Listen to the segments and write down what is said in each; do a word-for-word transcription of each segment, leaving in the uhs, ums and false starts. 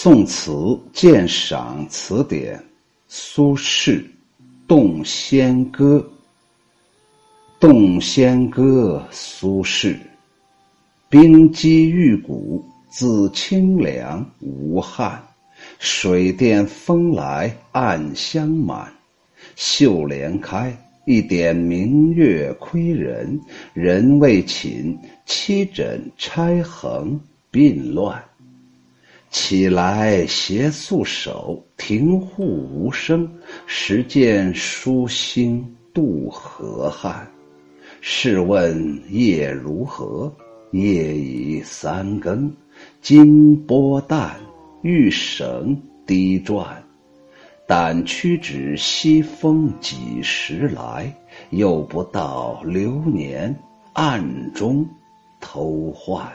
宋词鉴赏词典，苏轼《洞仙歌》。洞仙歌，苏轼。冰肌玉骨，自清凉无憾。水殿风来暗香满。绣帘开，一点明月窥人。人未寝，七枕钗横鬓乱。起来携素手，庭户无声。时见疏星度河汉。试问夜如何？夜已三更。金波淡，玉绳低转。但屈指西风几时来？又不到流年暗中偷换。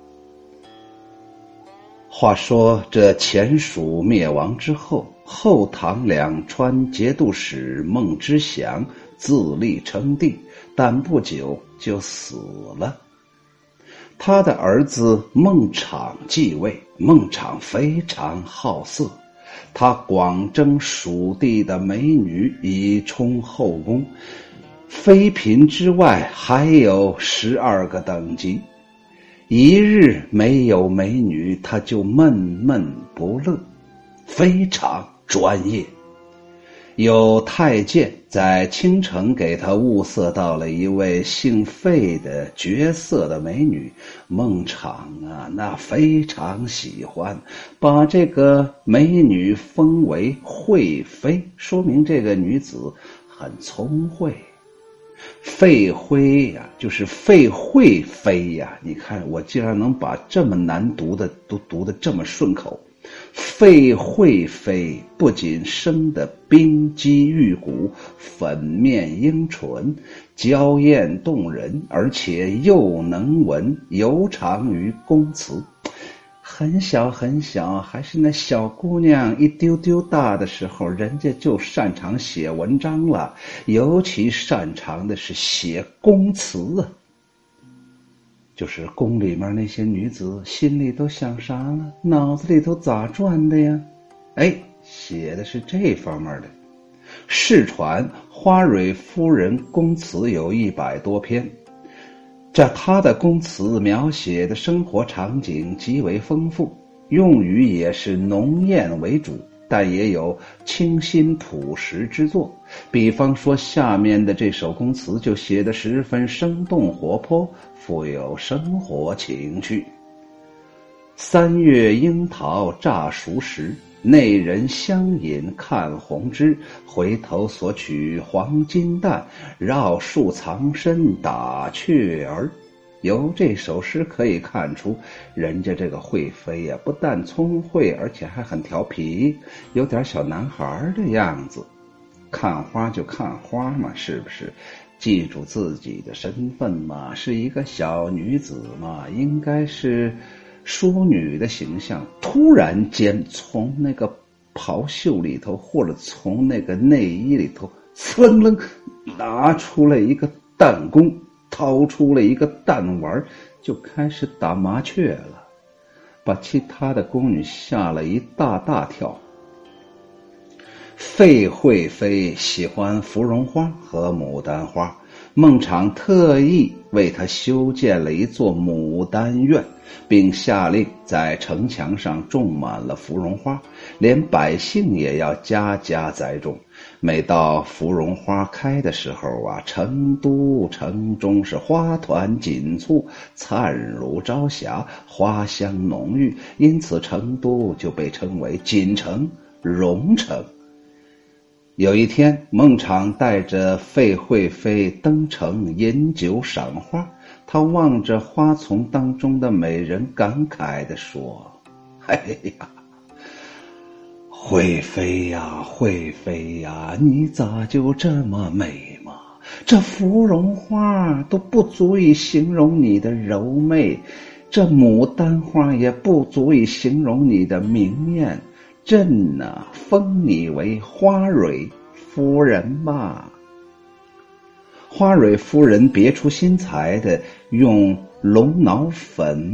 话说这前蜀灭亡之后，后唐两川节度使孟知祥自立称帝，但不久就死了。他的儿子孟昶继位。孟昶非常好色，他广征蜀地的美女以充后宫，妃嫔之外还有十二个等级。一日没有美女，他就闷闷不乐，非常专业。有太监在京城给他物色到了一位姓费的绝色的美女，孟昶啊，那非常喜欢，把这个美女封为惠妃，说明这个女子很聪慧。费徽呀，就是费惠妃呀，你看我竟然能把这么难读的都读得这么顺口。费惠妃不仅生得冰肌玉骨，粉面樱唇，娇艳动人，而且又能文，尤长于宫词。很小很小，还是那小姑娘一丢丢大的时候，人家就擅长写文章了，尤其擅长的是写宫词啊。就是宫里面那些女子心里都想啥了，脑子里头咋转的呀？哎，写的是这方面的。世传花蕊夫人宫词有一百多篇，这她的宫词描写的生活场景极为丰富，用语也是浓艳为主，但也有清新朴实之作。比方说下面的这首宫词就写得十分生动活泼，富有生活情趣。三月樱桃乍熟时，内人相饮看红枝。回头所取黄金蛋，绕树藏身打雀儿。由这首诗可以看出，人家这个惠妃呀，不但聪慧，而且还很调皮，有点小男孩的样子。看花就看花嘛，是不是？记住自己的身份嘛，是一个小女子嘛，应该是淑女的形象。突然间从那个袍袖里头，或者从那个内衣里头，呲楞楞拿出来一个弹弓，掏出了一个弹丸，就开始打麻雀了，把其他的宫女吓了一大大跳。费惠妃喜欢芙蓉花和牡丹花，孟昶特意为她修建了一座牡丹院，并下令在城墙上种满了芙蓉花，连百姓也要家家栽种。每到芙蓉花开的时候啊，成都城中是花团锦簇，灿如朝霞，花香浓郁，因此成都就被称为锦城、蓉城。有一天，孟昶带着费惠妃登城饮酒赏花，他望着花丛当中的美人，感慨地说：哎呀，惠妃呀，惠妃呀，你咋就这么美嘛？这芙蓉花都不足以形容你的柔媚，这牡丹花也不足以形容你的明艳。朕呢，封你为花蕊夫人吧。花蕊夫人别出心裁的用龙脑粉末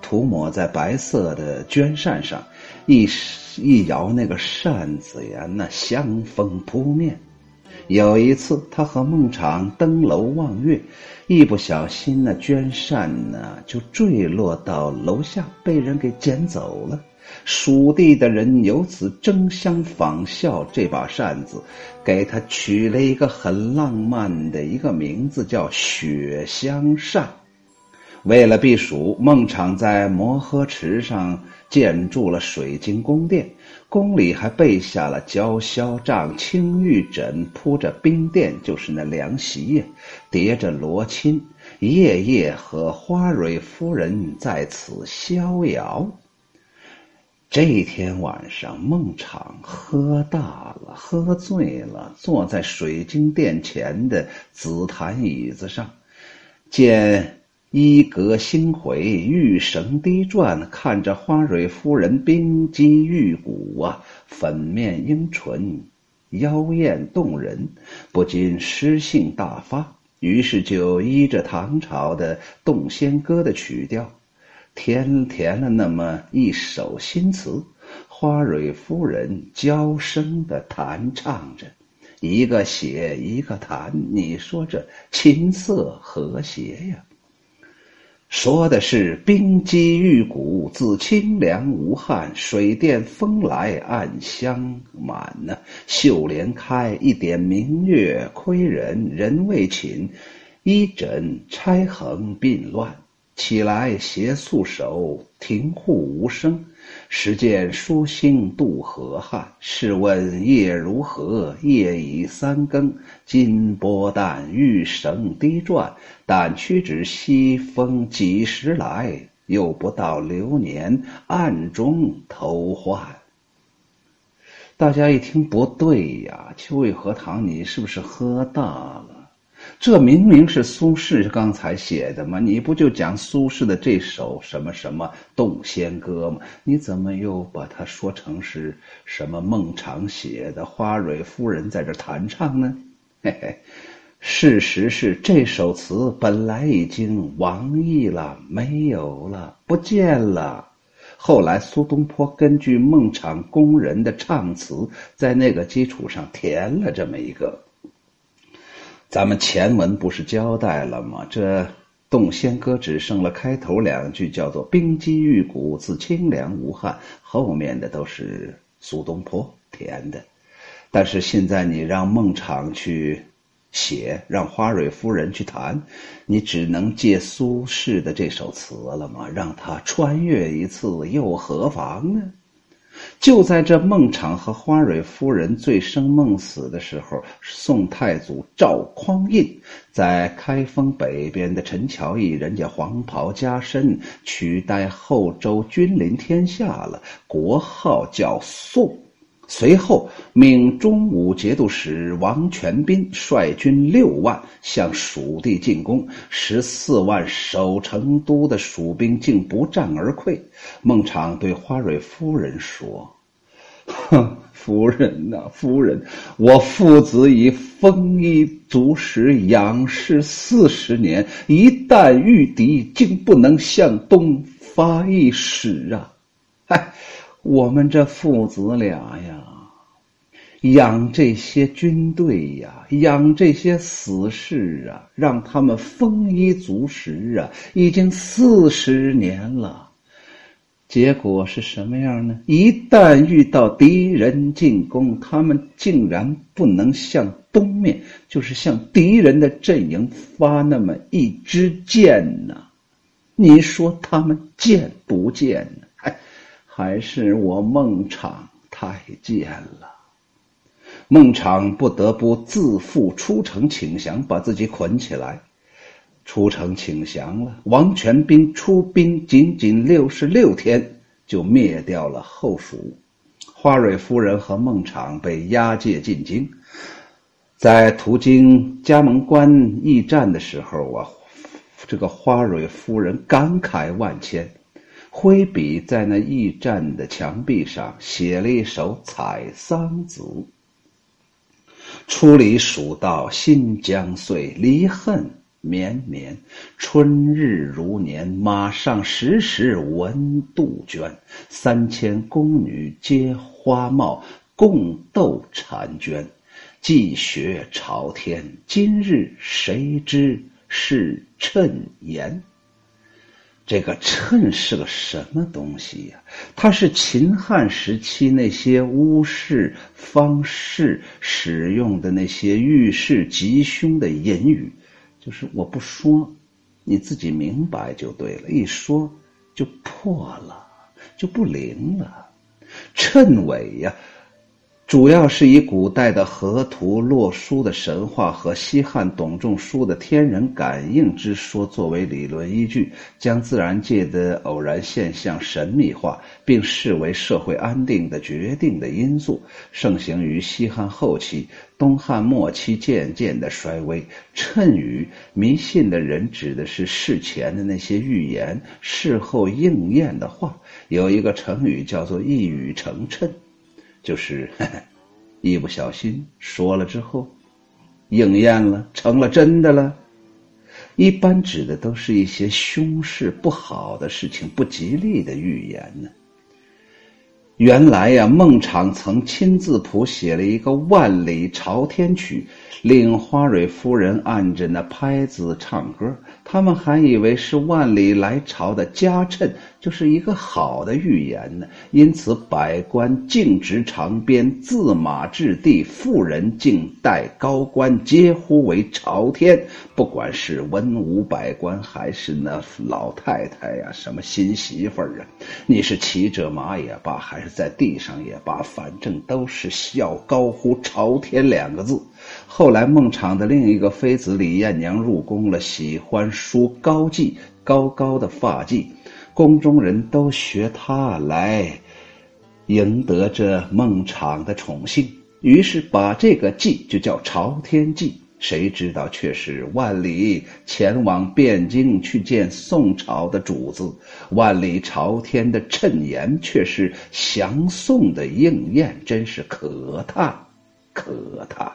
涂抹在白色的绢扇上，一一摇那个扇子呀，那香风扑面。有一次他和孟昶登楼望月，一不小心那绢扇呢就坠落到楼下，被人给捡走了。蜀地的人由此争相仿效这把扇子，给它取了一个很浪漫的一个名字，叫雪香扇。为了避暑，孟昶在摩诃池上建筑了水晶宫殿，宫里还备下了鲛绡帐、青玉枕，铺着冰垫，就是那凉席呀，叠着罗衾，夜夜和花蕊夫人在此逍遥。这天晚上，孟昶喝大了，喝醉了，坐在水晶殿前的紫檀椅子上，见衣阁星回，玉绳滴转，看着花蕊夫人冰肌玉骨啊，粉面樱唇，妖艳动人，不禁诗兴大发，于是就依着唐朝的《洞仙歌》的曲调，填填了那么一首新词。花蕊夫人娇声地弹唱着，一个写一个弹，你说这琴瑟和谐呀。说的是冰肌玉骨，自清凉无憾，水殿风来暗香满呢。绣帘开，一点明月窥人，人未寝，衣枕钗横鬓乱。起来携素手，庭户无声。时见疏星渡河汉，试问夜如何？夜已三更，金波淡，玉绳滴转。但屈指西风几时来？又不到流年，暗中偷换。大家一听不对呀，秋雨荷塘，你是不是喝大了？这明明是苏轼刚才写的吗？你不就讲苏轼的这首什么什么洞仙歌吗？你怎么又把它说成是什么孟昶写的，花蕊夫人在这弹唱呢？嘿嘿，事实是这首词本来已经亡佚了，没有了，不见了。后来苏东坡根据孟昶工人的唱词，在那个基础上填了这么一个。咱们前文不是交代了吗？这洞仙歌只剩了开头两句，叫做冰肌玉骨，自清凉无憾，后面的都是苏东坡填的。但是现在你让孟昶去写，让花蕊夫人去弹，你只能借苏轼的这首词了吗？让他穿越一次又何妨呢？就在这孟昶和花蕊夫人醉生梦死的时候，宋太祖赵匡胤在开封北边的陈桥驿，人家黄袍加身，取代后周，君临天下了，国号叫宋。随后命中武节度使王全斌率军六万向蜀地进攻，十四万守成都的蜀兵竟不战而溃。孟昶对花蕊夫人说：哼，夫人呐、啊，夫人，我父子已丰衣足食，养士四十年，一旦遇敌，竟不能向东发一矢啊！嗨，我们这父子俩呀，养这些军队呀，养这些死士啊，让他们丰衣足食啊，已经四十年了。结果是什么样呢？一旦遇到敌人进攻，他们竟然不能向东面，就是向敌人的阵营发那么一支箭呢、啊？你说他们贱不贱呢？还还是我孟昶太贱了。孟昶不得不自负出城请降，把自己捆起来。出城请降了，王全斌出兵仅仅六十六天就灭掉了后蜀。花蕊夫人和孟昶被押解进京，在途经嘉门关驿站的时候啊，这个花蕊夫人感慨万千，挥笔在那驿站的墙壁上写了一首《采桑子》：出离蜀道新将碎，离恨绵绵，春日如年，马上时时闻杜鹃。三千宫女皆花帽，共斗婵娟。既学朝天，今日谁知是谶言？这个谶是个什么东西呀、啊？它是秦汉时期那些巫士、方士使用的那些预示吉凶的隐语，就是我不说，你自己明白就对了，一说就破了，就不灵了。谶纬呀、啊，主要是以古代的河图洛书的神话和西汉董仲舒的天人感应之说作为理论依据，将自然界的偶然现象神秘化，并视为社会安定的决定的因素，盛行于西汉后期，东汉末期渐渐的衰微。谶语迷信的人指的是事前的那些预言，事后应验的话。有一个成语叫做一语成谶，就是呵呵一不小心说了之后应验了，成了真的了。一般指的都是一些凶事、不好的事情、不吉利的预言呢。原来呀、啊，孟昶曾亲自谱写了一个《万里朝天曲》，令花蕊夫人按着那拍子唱歌，他们还以为是万里来朝的佳谶，就是一个好的预言呢。因此百官径直长鞭，自马至地，妇人竟戴高冠，皆呼为朝天。不管是文武百官，还是那老太太呀、啊，什么新媳妇儿啊，你是骑着马也罢，还是在地上也罢，反正都是要高呼朝天两个字。后来孟昶的另一个妃子李艳娘入宫了，喜欢梳高髻，高高的发髻，宫中人都学她来赢得这孟昶的宠幸，于是把这个髻就叫朝天髻。谁知道却是万里前往汴京去见宋朝的主子，万里朝天的谶言却是降宋的应验，真是可叹可叹。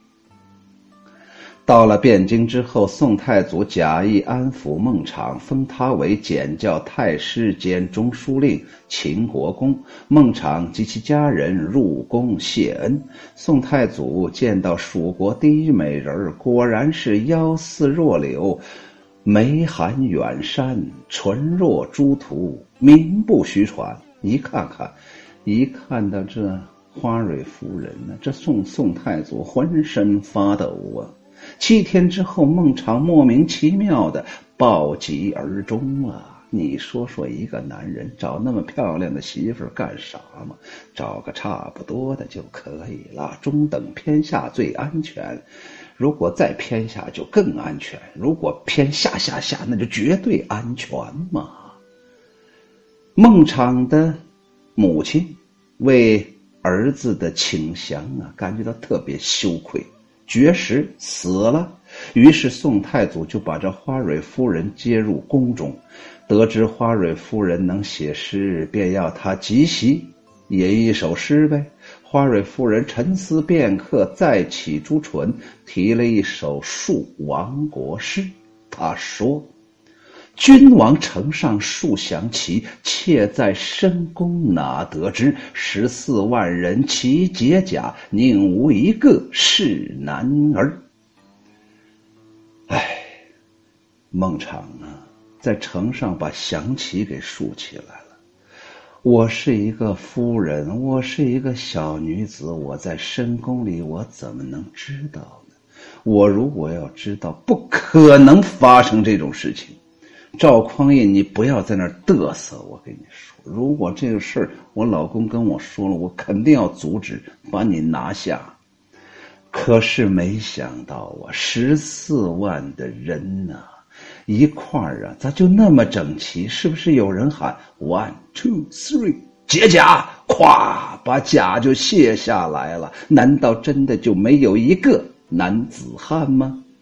到了汴京之后，宋太祖假意安抚孟昶，封他为检校太师兼中书令、秦国公。孟昶及其家人入宫谢恩。宋太祖见到蜀国第一美人，果然是腰似弱柳，眉含远山，唇若朱涂，名不虚传。一看看，一看到这花蕊夫人呢，这宋宋太祖浑身发抖啊！七天之后，孟昶莫名其妙的暴疾而终啊！你说说，一个男人找那么漂亮的媳妇儿干啥嘛？找个差不多的就可以了，中等偏下最安全。如果再偏下就更安全，如果偏下下下，那就绝对安全嘛。孟昶的母亲为儿子的倾降啊，感觉到特别羞愧。绝食死了，于是宋太祖就把这花蕊夫人接入宫中。得知花蕊夫人能写诗，便要她即席吟一首诗呗。花蕊夫人沉思片刻，再起朱唇，提了一首述亡国诗。她说：君王城上数降旗，妾在深宫哪得知？十四万人齐解甲，宁无一个是男儿。唉，孟昶啊，在城上把降旗给竖起来了。我是一个夫人，我是一个小女子，我在深宫里，我怎么能知道呢？我如果要知道，不可能发生这种事情。赵匡胤，你不要在那儿嘚瑟，我跟你说，如果这个事儿我老公跟我说了，我肯定要阻止，把你拿下。可是没想到啊，十四万的人呐、啊，一块儿啊，咋就那么整齐？是不是有人喊 one two three 解甲，咵把甲就卸下来了？难道真的就没有一个男子汉吗？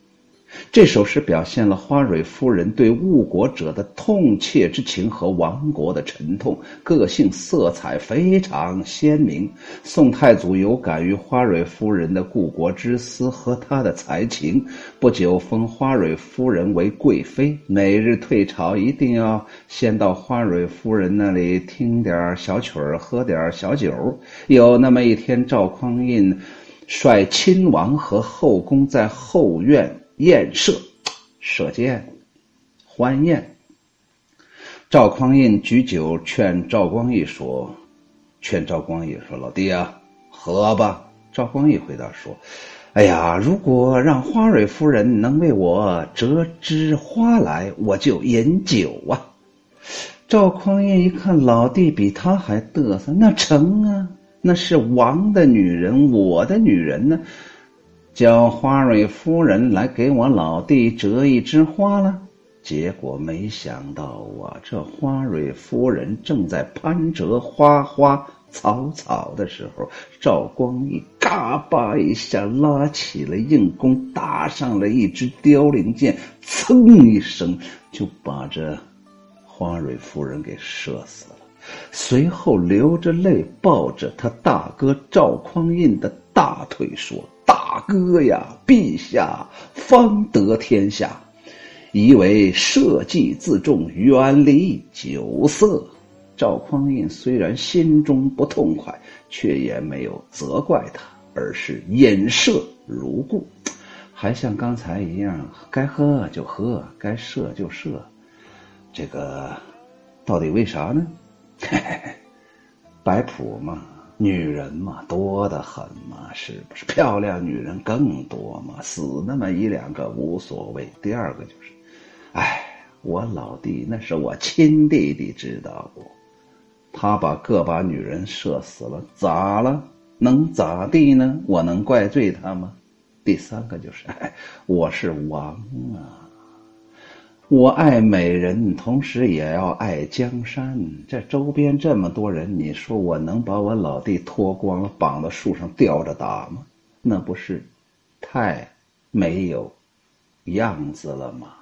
这首诗表现了花蕊夫人对误国者的痛切之情和亡国的沉痛，个性色彩非常鲜明。宋太祖有感于花蕊夫人的故国之思和她的才情，不久封花蕊夫人为贵妃，每日退朝一定要先到花蕊夫人那里听点小曲儿，喝点小酒。有那么一天，赵匡胤率亲王和后宫在后院宴射，射箭欢宴。赵匡胤举酒劝赵光义说，劝赵光义说：“老弟啊，喝吧。”赵光义回答说：“哎呀，如果让花蕊夫人能为我折枝花来，我就饮酒啊。”赵匡胤一看老弟比他还嘚瑟，那成啊，那是王的女人，我的女人呢，叫花蕊夫人来给我老弟折一枝花了。结果没想到啊，这花蕊夫人正在攀折花花草草的时候，赵光义嘎巴一下拉起了硬弓，打上了一支凋零箭，噌一声就把这花蕊夫人给射死了。随后流着泪抱着他大哥赵匡胤的大腿说：“大哥呀，陛下方得天下，宜为社稷自重，远离酒色。”赵匡胤虽然心中不痛快，却也没有责怪他，而是饮射如故，还像刚才一样，该喝就喝，该射就射。这个到底为啥呢？嘿嘿嘿，摆谱嘛，女人嘛，多得很嘛，是不是？漂亮女人更多嘛，死那么一两个无所谓。第二个就是，哎，我老弟那是我亲弟弟，知道不？他把个把女人射死了，咋了？能咋地呢？我能怪罪他吗？第三个就是，哎，我是王啊。我爱美人，同时也要爱江山。这周边这么多人，你说我能把我老弟脱光了绑到树上吊着打吗？那不是太没有样子了吗？